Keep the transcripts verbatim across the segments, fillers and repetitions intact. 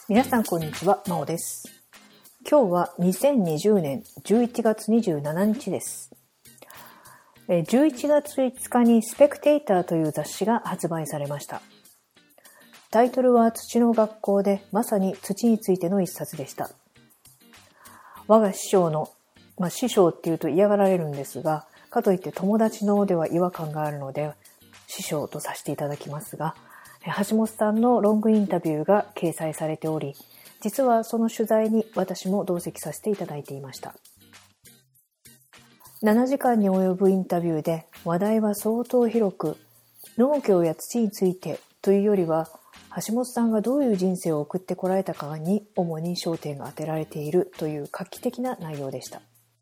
皆さんこんにちは、まおです。今日はにせんにじゅうねんじゅういちがつにじゅうしちにちです。じゅういちがついつかにスペクテーターという雑誌が発売されました。タイトルは土の学校で、まさに土についての一冊でした。我が師匠の、まあ、師匠っていうと嫌がられるんですが、かといって友達のでは違和感があるので師匠とさせていただきますが、橋本さんのロングインタビューが掲載されており、実はその取材に私も同席させていただいていました。ななじかんに及ぶインタビューで話題は相当広く、農業や土についてというよりは、橋本さんがどういう人生を送ってこられたかに主に焦点が当てられているという画期的な内容でした。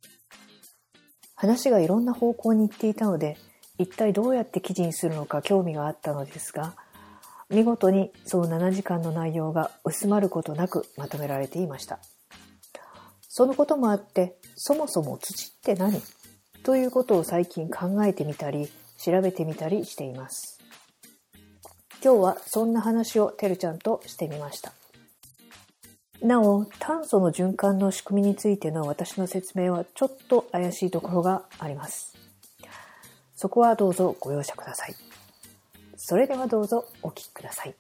話がいろんな方向に行っていたので、一体どうやって記事にするのか興味があったのですが、見事にそのななじかんの内容が薄まることなくまとめられていました。そのこともあって、そもそも土って何？ということを最近考えてみたり、調べてみたりしています。今日はそんな話をてるちゃんとしてみました。なお、炭素の循環の仕組みについての私の説明はちょっと怪しいところがあります。そこはどうぞご容赦ください。それではどうぞお聞きください。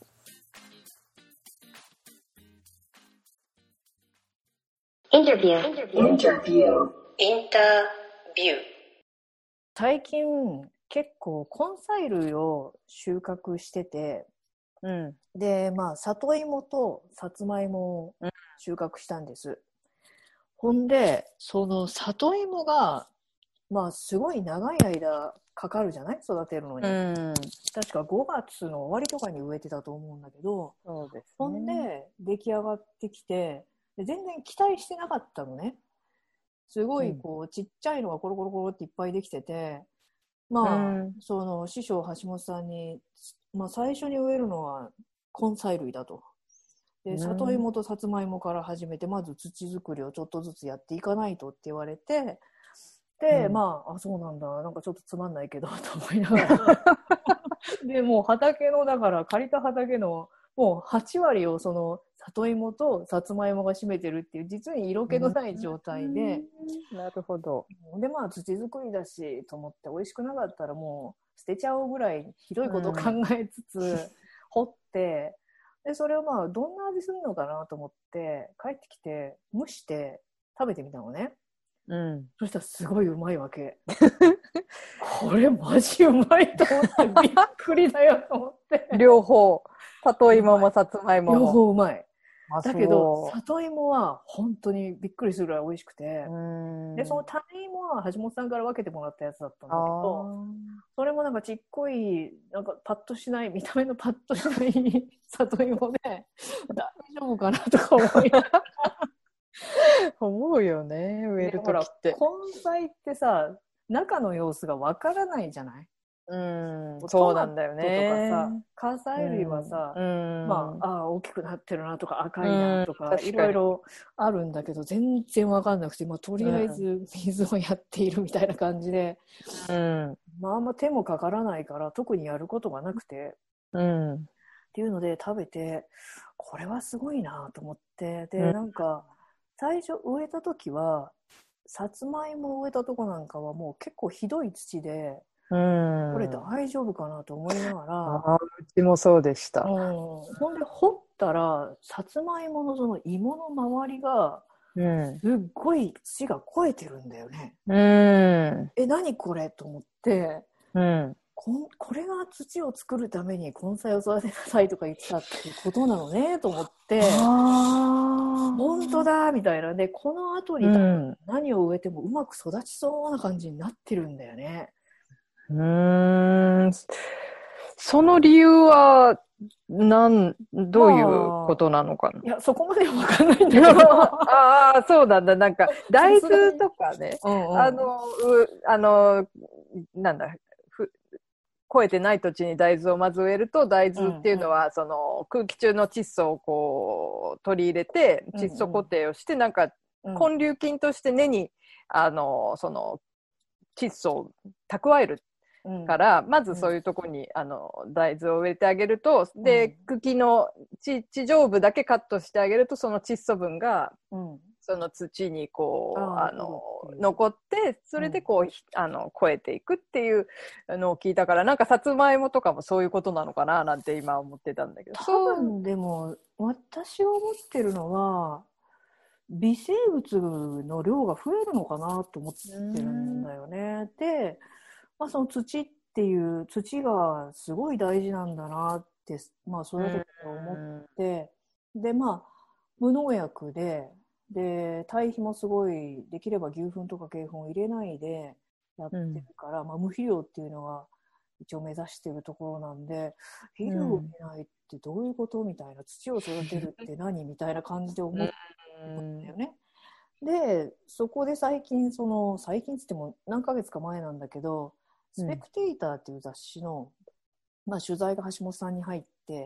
インタビュー。インタビュー。インタビュー。 最近結構根菜類を収穫してて、うん、でまあ里芋とさつまいもを収穫したんです。うん、ほんでその里芋がまあすごい長い間かかるじゃない？育てるのに、うん、確かごがつの終わりとかに植えてたと思うんだけど、 そうですね、 ほんで出来上がってきて、で全然期待してなかったのね。すごいこう、うん、ちっちゃいのがコロコロコロっていっぱいできてて、まあ、うん、その師匠橋本さんに、まあ、最初に植えるのは根菜類だと。で里芋とさつまいもから始めて、まず土作りをちょっとずつやっていかないとって言われて、で、うん、まあ、あ、そうなんだ、なんかちょっとつまんないけどと思いながらでもう畑のだから借りた畑のもうはちわりをその里芋とさつまいもが占めてるっていう、実に色気のない状態で、 うん、なるほど。 でまあ土作りだしと思って、美味しくなかったらもう捨てちゃおうぐらいひどいことを考えつつ、うん、掘って、でそれをまあどんな味するのかなと思って帰ってきて蒸して食べてみたのね。うん、そしたらすごいうまいわけこれマジうまいと思ってびっくりだよと思って両方里芋もさつまいもも両方うまい。だけど里芋は本当にびっくりするぐらい美味しくて、でその種芋は橋本さんから分けてもらったやつだったんだけど、それもなんかちっこい、なんかパッとしない、見た目のパッとしない里芋で大丈夫かなとか思いながら思うよね、植えるときって。 根菜ってさ、中の様子がわからないじゃない？ うん、そうなんだよね。 とかさ、花菜類はさ、うん、まあ、あ大きくなってるなとか赤いなとか、いろいろあるんだけど、全然わかんなくて、まあ、とりあえず水をやっているみたいな感じで、うん、まあ、あんま手もかからないから特にやることがなくて、うん、っていうので食べて、これはすごいなと思って、で、なんか最初植えた時はさつまいもを植えたとこなんかはもう結構ひどい土で、うん、これ大丈夫かなと思いながら、 あ、うちもそうでした。うん、 ほんで掘ったらさつまいものその芋の周りがすっごい土が肥えてるんだよね。うん、え、何これと思って、うん、こ, これが土を作るために根菜を育てなさいとか言ってたっていうことなのねと思って、あ、本当だみたいな。でこの後に多分何を植えてもうまく育ちそうな感じになってるんだよね。 うーん、その理由はなんどういうことなのかな。 いや、そこまでは分かんないんだけどああ、そうなんだ。なんか大豆とかね、うんうん、あのあのなんだふ超えてない土地に大豆をまず植えると、大豆っていうのは、うんうん、その空気中の窒素をこう取り入れて窒素固定をして、うんうん、なんか根粒菌として根にあのその窒素を蓄えるから、まずそういうとこに、あの大豆を植えてあげると、で茎の地地上部だけカットしてあげると、その窒素分が、うん、その土にこうあの残って、それでこう、うん、あの超えていくっていうのを聞いたから、なんかさつまいもとかもそういうことなのかななんて今思ってたんだけど。 多分でも私が思ってるのは微生物の量が増えるのかなと思ってるんだよね。で、まあ、その土っていう土がすごい大事なんだなって、まあ、その時思って、でまあ無農薬でで堆肥もすごいできれば牛糞とか鶏糞を入れないでやってるから、うん、まあ、無肥料っていうのが一応目指しているところなんで、肥料を入れないってどういうことみたいな、土を育てるって何みたいな感じで思うんだよね。でそこで最近その最近っつっても何ヶ月か前なんだけど、スペクテーターっていう雑誌の、まあ、取材が橋本さんに入って、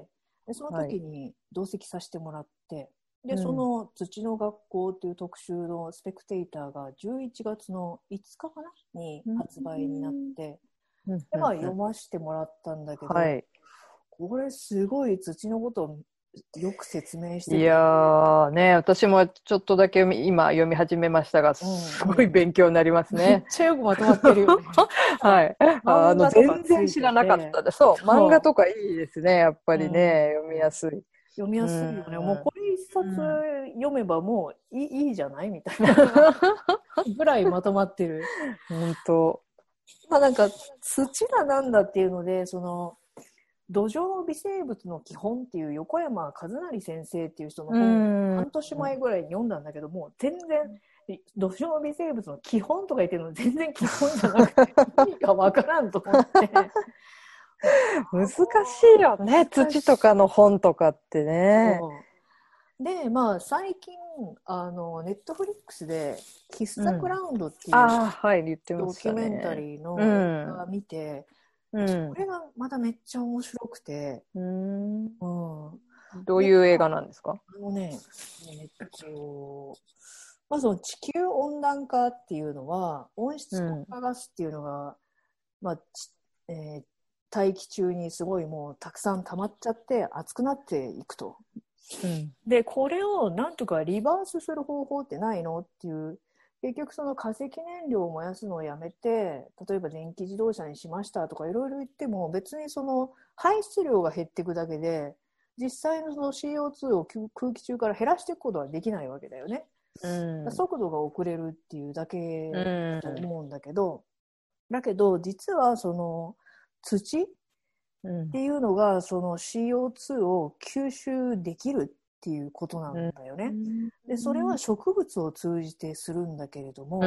でその時に同席させてもらって、はい、でその土の学校っていう特集のスペクテーターがじゅういちがつのいつかかなに発売になって、うん、でまあ読ませてもらったんだけど、はい、これすごい土のことをよく説明してる。 いやーね、私もちょっとだけ今読み始めましたが、すごい勉強になりますね。 めっちゃよくまとまってるよね。 はい。あの全然知らなかったで。そう、漫画とかいいですね、やっぱりね、うん、読みやすい。 読みやすいよね。うん、もうこれ一冊読めばもういい、いいじゃないみたいなぐらいまとまってる。 本当。 まあなんか土だなんだっていうので、その土壌微生物の基本っていう横山和成先生っていう人の本を半年前ぐらいに読んだんだけど、もう全然土壌微生物の基本とか言ってるの全然基本じゃなくて意味がわからんと思って難しいよね、土とかの本とかってね。 でまあ最近あのネットフリックスで喫茶グラウンドっていう、 うん、あはい、言ってましたね、 ドキュメンタリーの映画を見て、うん、それがまためっちゃ面白くて、うんうん、 どういう映画なんですか？ あのね、えっと、まず地球温暖化っていうのは温室効果ガスっていうのが、うんまあえー、大気中にすごいもうたくさん溜まっちゃって熱くなっていくと、うん、でこれをなんとかリバースする方法ってないのっていう。結局その化石燃料を燃やすのをやめて、例えば電気自動車にしましたとかいろいろ言っても別にその排出量が減っていくだけで実際のその シーオーツー を空気中から減らしていくことはできないわけだよね、うん、速度が遅れるっていうだけだと思うんだけど、うん、だけど実はその土っていうのがその シーオーツー を吸収できるっていうことなんだよね、うん、でそれは植物を通じてするんだけれども、うん、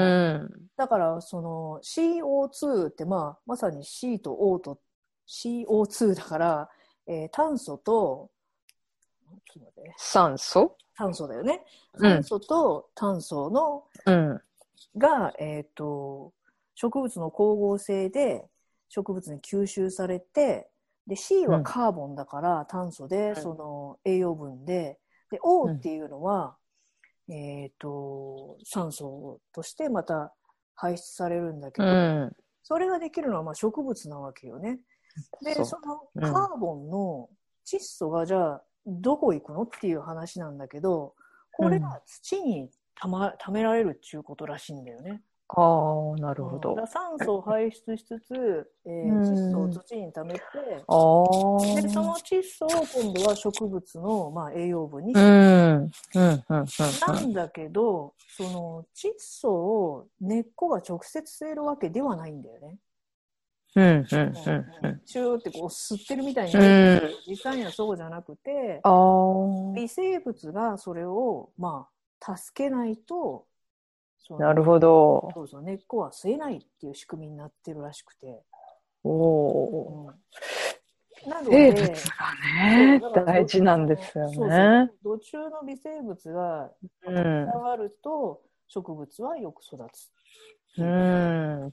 だからその シーオーツー って、まあ、まさに C と O と シーオーツー だから、えー、炭素とちょっと待って、 酸素炭素だよね、酸素と炭素の、うん、が、えーと、植物の光合成で植物に吸収されて、で C はカーボンだから、うん、炭素でその栄養分で、で O っていうのは、うん、えーと、酸素としてまた排出されるんだけど、うん、それができるのはまあ植物なわけよね。で そ, そのカーボンの窒素がじゃあどこ行くのっていう話なんだけど、これが土にたま、ためられるっていうことらしいんだよね。 ああ、なるほど。 うん、だ酸素を排出しつつ、えー、窒素を土に溜めて、うん、でその窒素を今度は植物の、まあ、栄養分にして、うんうんうんうん、なんだけどその窒素を根っこが直接吸えるわけではないんだよね。うんうんうんうん、チューってこう吸ってるみたいになるけど、実際にはそうじゃなくて、微生物がそれを、まあ、助けないとなるほど。 そうそう、根っこは吸えないっていう仕組みになってるらしくて。 おお、 うん。なので、 生物がね、大事なんですよね。そうそう。 土中の微生物が上がると、うん、植物はよく育つ。 うん。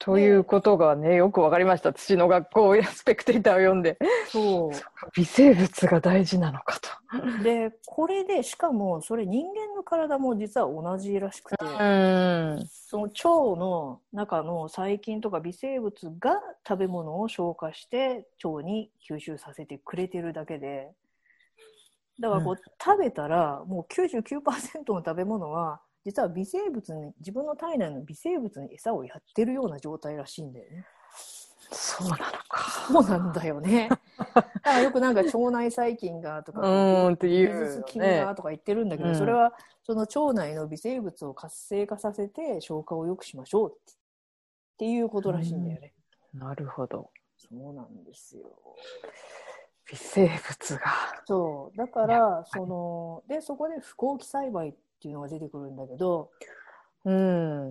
ということがね、よくわかりました。土の学校スペクテーターを読んで。 そう。 微生物が大事なのかと。 で、これで、しかも、それ人間の体も実は同じらしくて、 うんその腸の中の細菌とか微生物が食べ物を消化して腸に吸収させてくれてるだけで、だからこう、うん、食べたらもう きゅうじゅうきゅうパーセント の食べ物は実は微生物に、自分の体内の微生物に餌をやってるような状態らしいんだよね。 そうなのか。 そうなんだよね。だからよくなんか腸内細菌がとか、 うんっていう、 ビフィズス菌がとか言ってるんだけど、 うん、 それはその腸内の微生物を活性化させて消化を良くしましょうっていうことらしいんだよね。 うん、なるほど。 そうなんですよ。 微生物が。 そう。だから、その、で、そこで不耕起栽培っていうのが出てくるんだけど、 うん、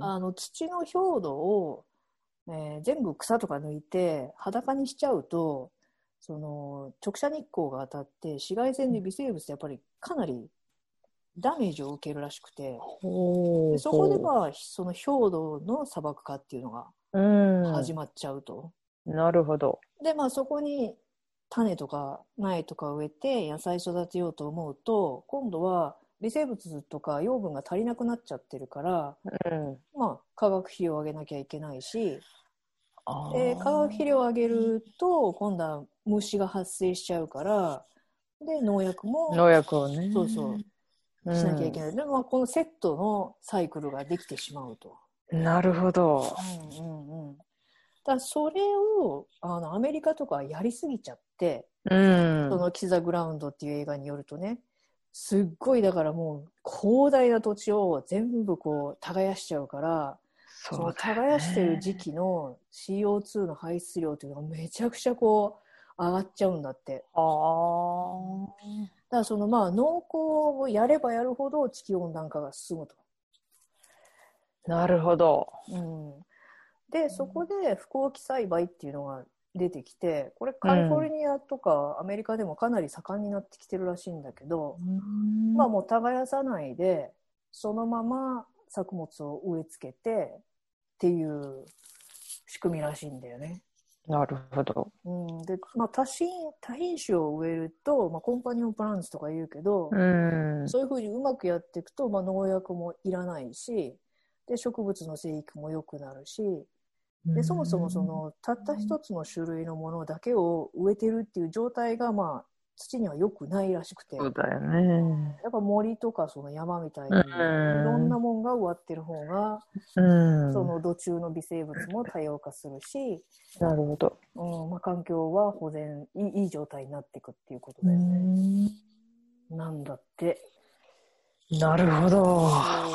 あの土の表土を、えー、全部草とか抜いて裸にしちゃうと、その直射日光が当たって紫外線で微生物ってやっぱりかなりダメージを受けるらしくて、でそこでまあその表土の砂漠化っていうのが始まっちゃうと。 うん、なるほど。 でまあそこに種とか苗とか植えて野菜育てようと思うと、今度は微生物とか養分が足りなくなっちゃってるから、 うん、 まあ化学肥料をあげなきゃいけないし、で化学肥料をあげると今度は虫が発生しちゃうから、で農薬も農薬をね、 そうそうしなきゃいけない。うん、でもまあこのセットのサイクルができてしまうと。 なるほど。 うんうんうん。だそれをあのアメリカとかやりすぎちゃって、 うん、 そのキザグラウンドっていう映画によるとね、すっごいだからもう広大な土地を全部こう耕しちゃうから、その耕してる時期の シーオーツー の排出量っていうのがめちゃくちゃこう上がっちゃうんだって。 ああ。 だからそのまあ農耕をやればやるほど地球温暖化が進むと。 なるほど。 うん、でそこで不耕起栽培っていうのが出てきて、これカリフォルニアとかアメリカでもかなり盛んになってきてるらしいんだけど、うん、まあもう耕さないでそのまま作物を植え付けてっていう仕組みらしいんだよね。 なるほど。 うん、で、まあ、多品、多品種を植えると、まあ、コンパニオンプランツとか言うけど、 うん、 そういうふうにうまくやっていくと、まあ、農薬もいらないし、で植物の生育も良くなるし、でそもそもそのたった一つの種類のものだけを植えてるっていう状態が、まあ、土には良くないらしくて、 そうだよね。 やっぱ森とかその山みたいにいろんなもんが植わってる方が、 うん、 その土中の微生物も多様化するし、 なるほど、 うんまあ、環境は保全いい、いい状態になっていくっていうことだよね。なんだって。 なるほど。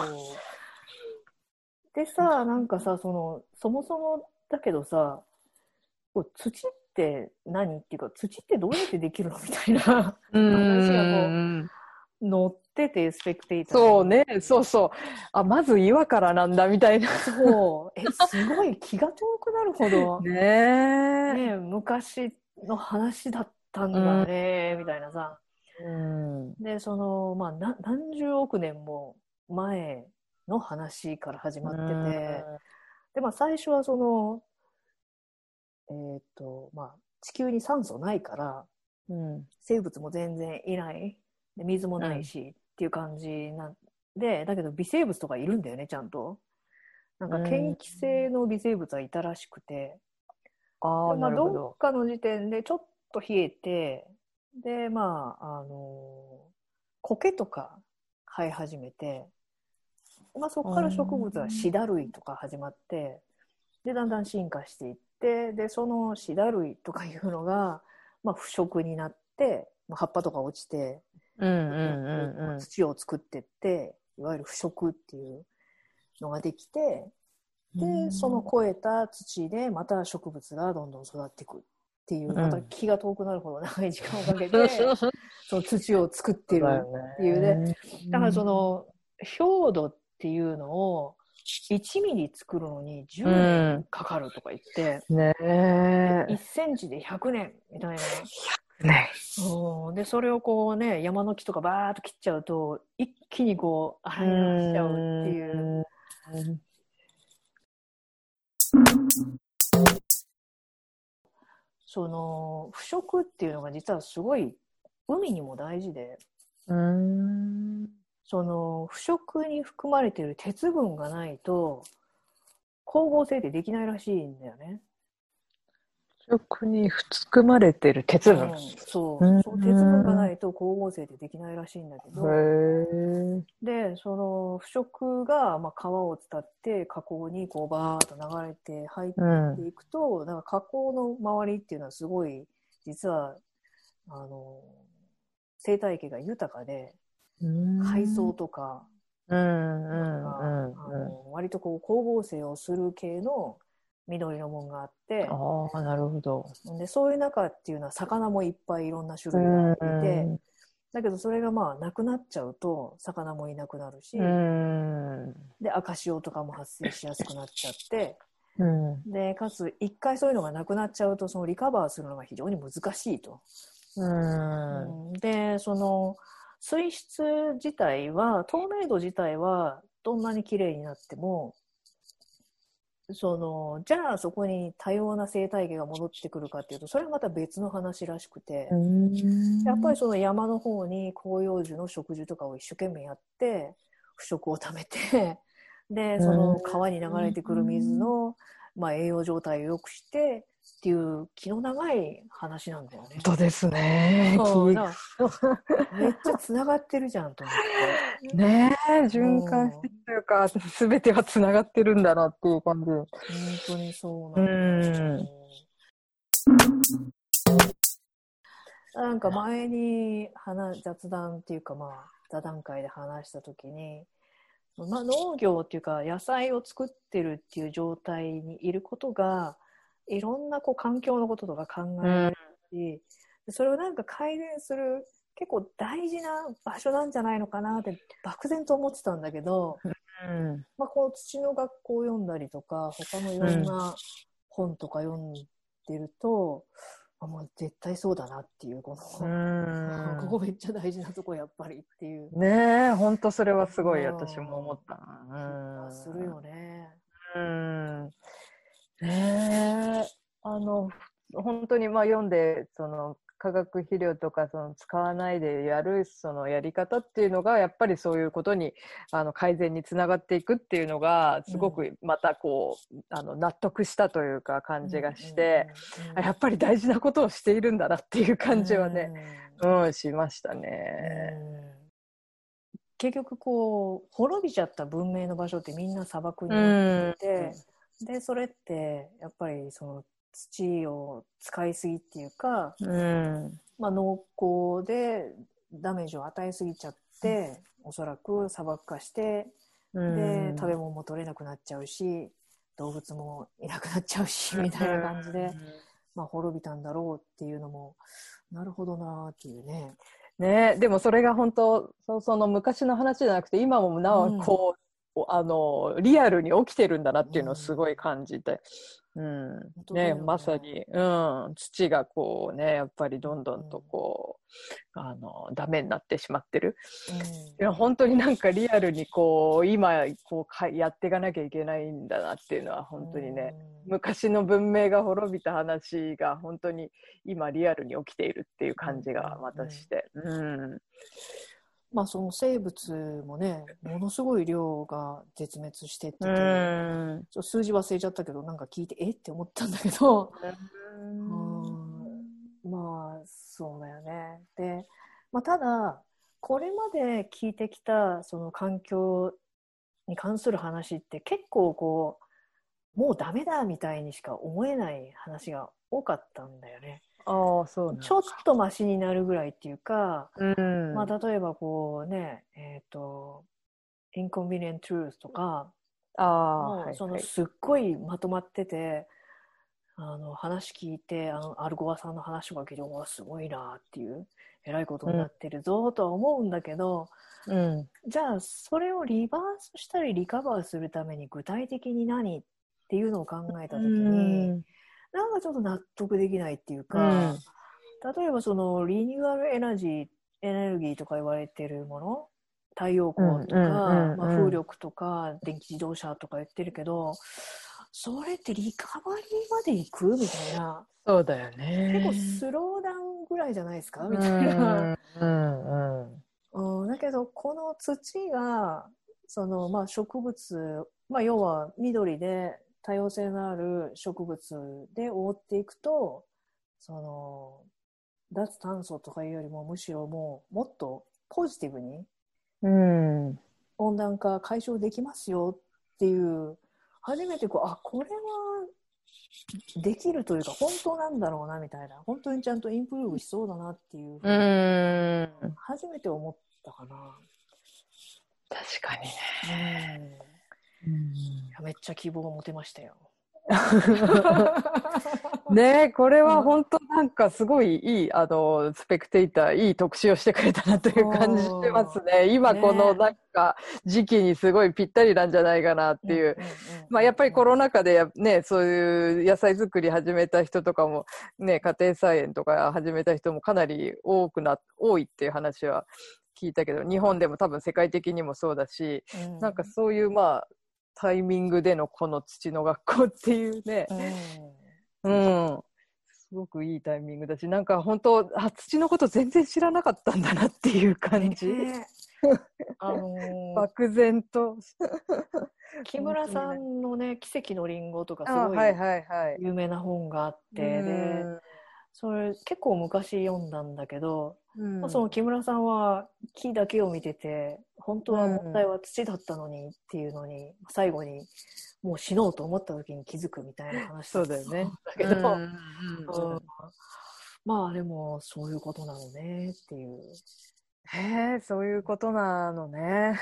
でさ、なんかさ、そのそもそもだけどさ、土って何っていうか、土ってどうやってできるのみたいな話がこう載ってて、スペクテーター。 そうね、そうそう。あ、まず岩からなんだみたいな。 そう。え、すごい気が遠くなるほど。 ねえ。 ねえ、昔の話だったんだね、うん、みたいなさ。 うん、で、 その、まあ、な何十億年も前の話から始まってて、うん、で、まあ、最初はその、えーっと、まあ、地球に酸素ないから、うん、生物も全然いない。で水もないし、うん、っていう感じなんで、だけど微生物とかいるんだよね、ちゃんと。なんか嫌気性の微生物はいたらしくて、うん、まあ、どっかの時点でちょっと冷えて、でまああの苔とか生え始めて、まあ、そこから植物はシダ類とか始まって、でだんだん進化していって、でそのシダ類とかいうのが、まあ、腐食になって、まあ、葉っぱとか落ちて、 うんうんうんうん、 土を作ってって、いわゆる腐食っていうのができて、でその超えた土でまた植物がどんどん育っていくっていう、また気が遠くなるほど長い時間をかけて、うん、その土を作ってるっていうね。だからその表土っていうのをいちミリ作るのにじゅうねんかかるとか言って、 うん、ねえ、 いっセンチでひゃくねんみたいな。 ね、 うん、でそれをこうね、山の木とかバーッと切っちゃうと一気にこう洗い流しちゃうっていう。 その腐食っていうのが実はすごい海にも大事で、 うーん。 その腐食に含まれている鉄分がないと光合成ってできないらしいんだよね。 食に含まれてる鉄分。 うん、そう、 うーん。 その鉄分がないと光合成ってできないらしいんだけど、 へー。 でその腐食が、まあ、川を伝って河口にこうバーッと流れて入っていくと、なんか河口の周りっていうのはすごい実はあの生態系が豊かで、海藻とか、 うんうんなんか、 うんあの割とこう光合成をする系の緑のものがあって、 ああ、なるほど。 でそういう中っていうのは魚もいっぱいいろんな種類がいて、だけどそれがまあなくなっちゃうと魚もいなくなるし、で赤潮とかも発生しやすくなっちゃって、うん、でかつ一回そういうのがなくなっちゃうとそのリカバーするのが非常に難しいと。うん、でその水質自体は透明度自体はどんなに綺麗になっても、そのじゃあそこに多様な生態系が戻ってくるかっていうとそれはまた別の話らしくて、やっぱりその山の方に広葉樹の植樹とかを一生懸命やって腐食をためて、でその川に流れてくる水の、まあ、栄養状態を良くしてっていう気の長い話なんだよね。 そうですね。 めっちゃつながってるじゃんと思ってねえ、循環してというか全てはつながってるんだなっていう感じ。本当にそうなんだよ。なんか前に話雑談っていうか、まあ座談会で話した時に、まあ、農業っていうか野菜を作ってるっていう状態にいることがいろんなこう環境のこととか考えられるし、うん、それをなんか改善する結構大事な場所なんじゃないのかなって漠然と思ってたんだけど、うんまあ、この土の学校を読んだりとか他のいろんな本とか読んでると、うん、もう絶対そうだなっていうこの、うん、ここめっちゃ大事なとこやっぱりっていうねえ、本当それはすごい私も思ったな、うん、するよね。 うんねえ、あの本当にまあ読んでその化学肥料とかその使わないでやるそのやり方っていうのがやっぱりそういうことにあの改善につながっていくっていうのがすごくまたこう、うん、あの納得したというか感じがして、うんうんうん、やっぱり大事なことをしているんだなっていう感じはね、うんうん、しましたね。うん結局こう滅びちゃった文明の場所ってみんな砂漠になってて、うん、でそれってやっぱりその土を使いすぎっていうか、うんまあ、農耕でダメージを与えすぎちゃって、うん、おそらく砂漠化して、うん、で食べ物も取れなくなっちゃうし動物もいなくなっちゃうし、うん、みたいな感じで、まあ、滅びたんだろうっていうのもなるほどなっていうね。 ね、でもそれが本当 そ, その昔の話じゃなくて今もなおこう、うん、あのリアルに起きてるんだなっていうのをすごい感じて、うんうんね、ねまさに、うん、土がこうねやっぱりどんどんとこう、うん、あのダメになってしまってる、うん、いや本当になんかリアルにこう今こうかやっていかなきゃいけないんだなっていうのは本当にね、うん、昔の文明が滅びた話が本当に今リアルに起きているっていう感じがまたして、うんうんうん、 まあその生物もねものすごい量が絶滅してってて、うん、ちょっと数字忘れちゃったけどなんか聞いてえって思ったんだけど、うんうん、まあそうだよね。で、まあ、ただこれまで聞いてきたその環境に関する話って結構こうもうダメだみたいにしか思えない話が多かったんだよね。 ああ、そうなんちょっとマシになるぐらいっていうか、 うんまあ、例えばこうね、えっと、Inconvenient Truth とか、 あそのすっごいまとまってて、あの話聞いて、あのアルゴアさんの話が聞いて、わすごいなっていう、えらいことになってるぞとは思うんだけど、うん、じゃあそれをリバースしたりリカバーするために具体的に何っていうのを考えたときに、うんなんかちょっと納得できないっていうか、うん、例えばそのリニューアルエナジー、エネルギーとか言われてるもの、太陽光とか、うんうんうんうんまあ、風力とか電気自動車とか言ってるけど、 それってリカバリーまで行くみたいな。 そうだよね。 結構スローダウンぐらいじゃないですかみたいな。 うんうんうん、だけどこの土がその、まあ、植物、まあ、要は緑で多様性のある植物で覆っていくと、その脱炭素とかいうよりもむしろもうもっとポジティブに温暖化解消できますよっていう、初めてこう、あ、これはできるというか本当なんだろうなみたいな、本当にちゃんとインプルーブしそうだなっていうふうに初めて思ったかな。 確かにね、 うん、いやめっちゃ希望を持てましたよ。 ねえ、これは本当なんかすごいいい、あの、スペクテーター、いい特集をしてくれたなという感じしてますね。今このなんか時期にすごいぴったりなんじゃないかなっていう。まあやっぱりコロナ禍でね、そういう野菜作り始めた人とかも、ね、家庭菜園とか始めた人もかなり多くな、多いっていう話は聞いたけど、日本でも多分世界的にもそうだし、なんかそういうまあ、タイミングでのこの土の学校っていうね、うん、うん、すごくいいタイミングだし、なんか本当、あ、土のこと全然知らなかったんだなっていう感じ。ね、あのー、漠然と。 木村さんのね、奇跡のリンゴとかすごい有名な本があって、はいはいはい、で、それ結構昔読んだんだけど、うんまあ、その木村さんは木だけを見てて本当は問題は土だったのにっていうのに、うん、最後にもう死のうと思った時に気づくみたいな話だったんだけど、うんうんうん、まあでもそういうことなのねっていう。 へえ、そういうことなのね。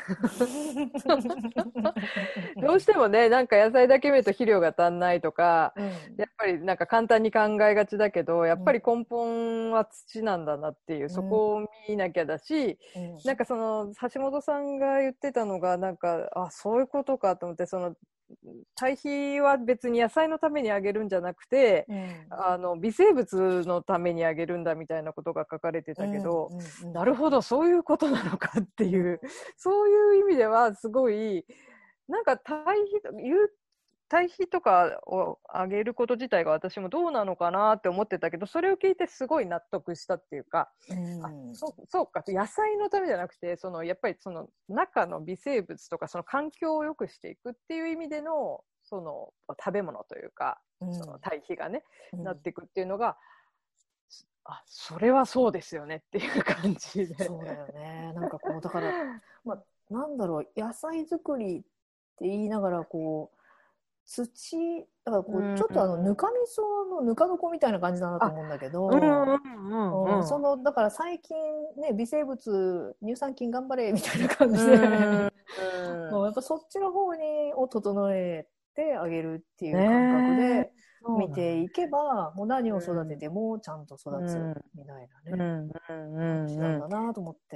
どうしてもね、なんか野菜だけ見ると肥料が足んないとか、うん、やっぱりなんか簡単に考えがちだけど、やっぱり根本は土なんだなっていう、うん、そこを見なきゃだし、うん、なんかその橋本さんが言ってたのが、なんか、あ、そういうことかと思って、その、堆肥は別に野菜のためにあげるんじゃなくて、うん、あの微生物のためにあげるんだみたいなことが書かれてたけど、うんうんうん、なるほどそういうことなのかっていう、うん、そういう意味ではすごいなんか堆肥言う堆肥とかをあげること自体が私もどうなのかなって思ってたけど、それを聞いてすごい納得したっていうか、うん、あ そ, そうか野菜のためじゃなくて、そのやっぱりその中の微生物とかその環境を良くしていくっていう意味でのその食べ物というか、うん、その堆肥がね、うん、なっていくっていうのが、あ、それはそうですよねっていう感じで。 そうだよね。なんかこうだから、まあ、なんだろう、野菜作りって言いながらこう土だからこうちょっとあのぬかみそのぬか床みたいな感じだなと思うんだけど、そのだから最近ね微生物乳酸菌頑張れみたいな感じで、もうやっぱそっちの方にを整えてあげるっていう感覚で見ていけば、もう何を育ててもちゃんと育つみたいなね感じなんだなと思って。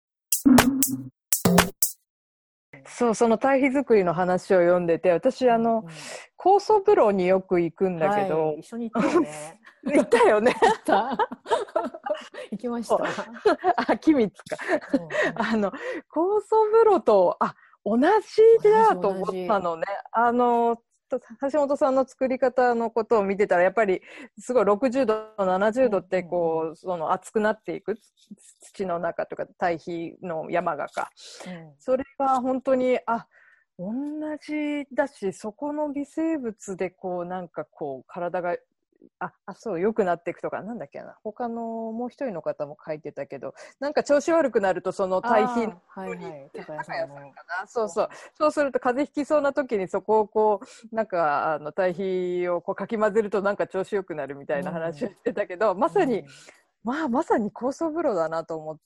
そう、その堆肥作りの話を読んでて、私、あの、うんうん、酵素風呂によく行くんだけど。 はい、一緒に行ったよね。 行ったよね。 行った。行きました。 あ、君津か。うんうん、あの、酵素風呂と、あ、同じだと思ったのね。あの、橋本さんの作り方のことを見てたら、やっぱりすごいろくじゅうど、ななじゅうどってこう、うんうん、その熱くなっていく土の中とか堆肥の山がか、うん、それは本当にあ同じだし、そこの微生物でこうなんかこう体がああそう良くなっていくとか、なんだっけな、他のもう一人の方も書いてたけど、なんか調子悪くなるとその堆肥のはいはい、高谷さんのそうそう、そうすると風邪ひきそうな時にそこをこうなんかあの堆肥をこうかき混ぜるとなんか調子良くなるみたいな話をしてたけど、うん、まさに、うん、まあまさに酵素風呂だなと思って、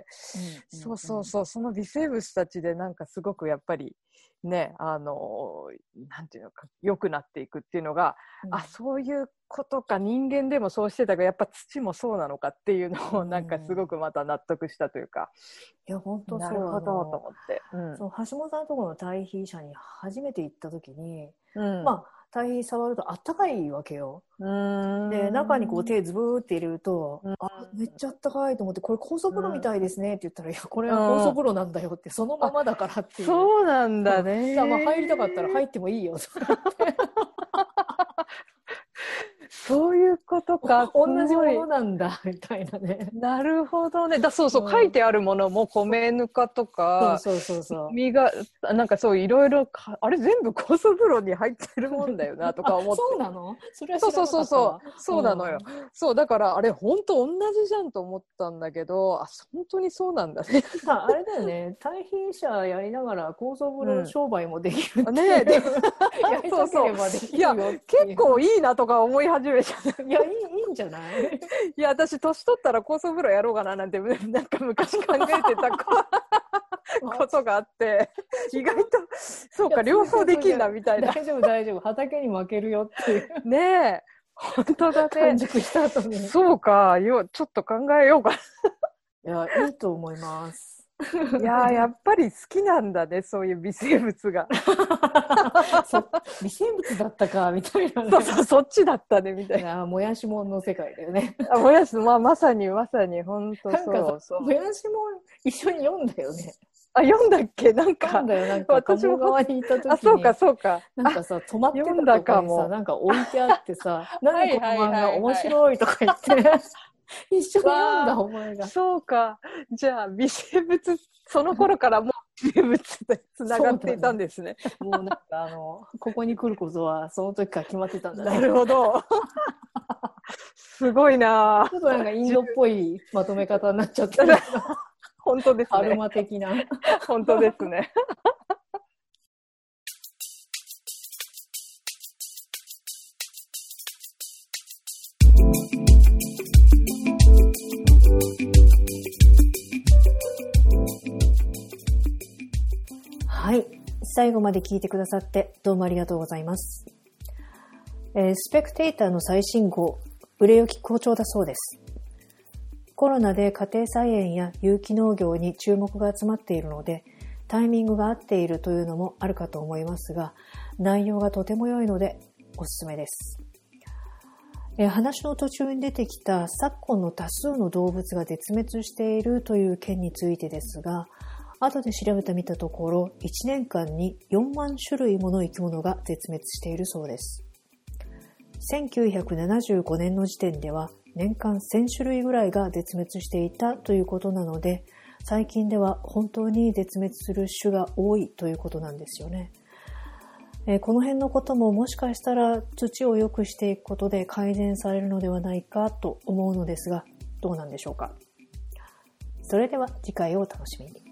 うん、そうそうそう、その微生物たちでなんかすごくやっぱりね、あのなんていうのか良くなっていくっていうのが、うん、あそういうことか、人間でもそうしてたが、やっぱ土もそうなのかっていうのを、なんかすごくまた納得したというか。 いや、本当そう。 なるほど、と思って。 うん、そう、橋本さんのところの堆肥舎に初めて行った時に、 うん、 まあ、堆肥触るとあったかいわけよ。うんで、中にこう手ズブーって入れると、うん、あ、めっちゃあったかいと思って、これ酵素風呂みたいですねって言ったら、うん、いや、これは酵素風呂なんだよって、そのままだからっていう。 そうなんだね。 まあ、入りたかったら入ってもいいよ。 そういうことか。 同じものなんだ、みたいなね。 なるほどね。だそうそう、うん、書いてあるものも米ぬかとか、 そうそうそうそう。 身が、なんかそういろいろ、あれ全部酵素風呂に入ってるもんだよな、とか思って。 そうなの？それは知らなかった。 そうそうそうそう。そうなのよ。うん、そう、だからあれ本当同じじゃんと思ったんだけど、あ、本当にそうなんだね。 あ、あれだよね。堆肥舎やりながら酵素風呂商売もできるっていう、 うん、ねえ。でやりたければできるよっていう。 いや、結構いいなとか思い始めちゃった。 いや、いい、いいんじゃない？ いや、私、年取ったら酵素風呂やろうかななんて、なんか昔考えてたことがあって、意外と、そうか、両方できんだ、みたいな。 大丈夫、大丈夫。畑に負けるよっていう。 ねえ。本当だね。 完熟した後に。 そうか、よ、ちょっと考えようかな。いや、いいと思います。 いややっぱり好きなんだね、そういう微生物が。 微生物だったかみたいな、ね、 そうそう、そっちだったねみたいな。 もやしもんの世界だよね。 あ、もやし、まあ、まさにまさに本当そうそう。 もやしも一緒に読んだよね。 あ、読んだっけ？なんか。 読んだよ、なんか鴨川にいた時に。 あ、そうかそうか。 なんかさ、止まってたとこにさ、なんか置いてあってさ、何この漫画面白いとか言って。一緒に読んだお前が。 そうか。じゃあ微生物、その頃からもう微生物でつながっていたんですね。 ねもうなんかあの、ここに来ることはその時から決まってたんだね。 なるほど。すごいな。 ちょっとなんかインドっぽいまとめ方になっちゃってる。 本当ですね。 アルマ的な。 本当ですね。 はい。最後まで聞いてくださってどうもありがとうございます。えー、スペクテーターの最新号、売れ行き好調だそうです。コロナで家庭菜園や有機農業に注目が集まっているので、タイミングが合っているというのもあるかと思いますが、内容がとても良いのでおすすめです。えー、話の途中に出てきた昨今の多数の動物が絶滅しているという件についてですが、後で調べてみたところ、いちねんかんによんまんしゅるいもの生き物が絶滅しているそうです。せんきゅうひゃくななじゅうごねんの時点では年間せんしゅるいぐらいが絶滅していたということなので、最近では本当に絶滅する種が多いということなんですよね。えー、この辺のことももしかしたら土を良くしていくことで改善されるのではないかと思うのですが、どうなんでしょうか。それでは次回をお楽しみに。